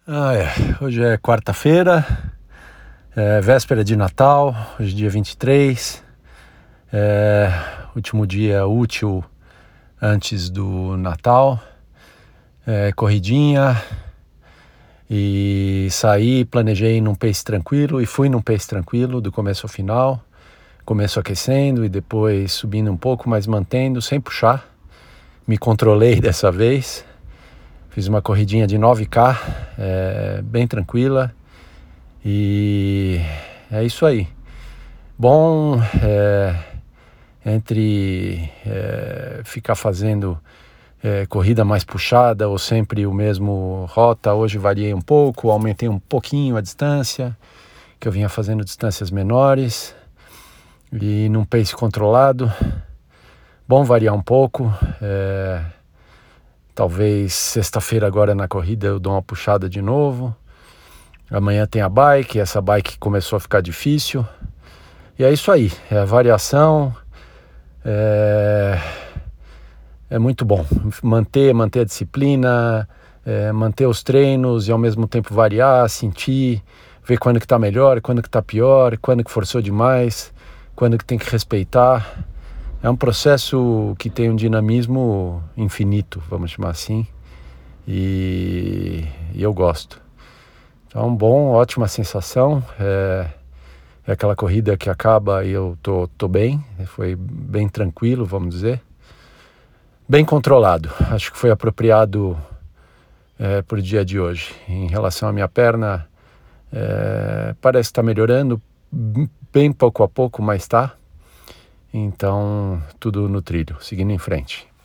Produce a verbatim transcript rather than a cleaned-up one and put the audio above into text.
Ah, é. Hoje é quarta-feira, é véspera de Natal, hoje é dia vinte e três, é último dia útil antes do Natal, é, corridinha, e saí, planejei num pace tranquilo e fui num pace tranquilo do começo ao final, começo aquecendo e depois subindo um pouco, mas mantendo, sem puxar, me controlei dessa vez. Fiz uma corridinha de nove K, é, bem tranquila, e é isso aí. Bom, é, entre é, ficar fazendo é, corrida mais puxada ou sempre o mesmo rota, hoje variei um pouco, aumentei um pouquinho a distância, que eu vinha fazendo distâncias menores, e num pace controlado. Bom variar um pouco, é, talvez sexta-feira agora na corrida eu dou uma puxada de novo. Amanhã tem a bike, essa bike começou a ficar difícil. E é isso aí, é a variação, é, é muito bom. Manter, manter a disciplina, é, manter os treinos e ao mesmo tempo variar, sentir, ver quando que tá melhor, quando que tá pior, quando que forçou demais, quando que tem que respeitar. É um processo que tem um dinamismo infinito, vamos chamar assim, e, e eu gosto. Então, bom, ótima sensação, é, é aquela corrida que acaba e eu tô, tô bem, foi bem tranquilo, vamos dizer, bem controlado, acho que foi apropriado é, para o dia de hoje. Em relação à minha perna, é, parece estar melhorando, bem pouco a pouco, mas tá. Então, tudo no trilho, seguindo em frente.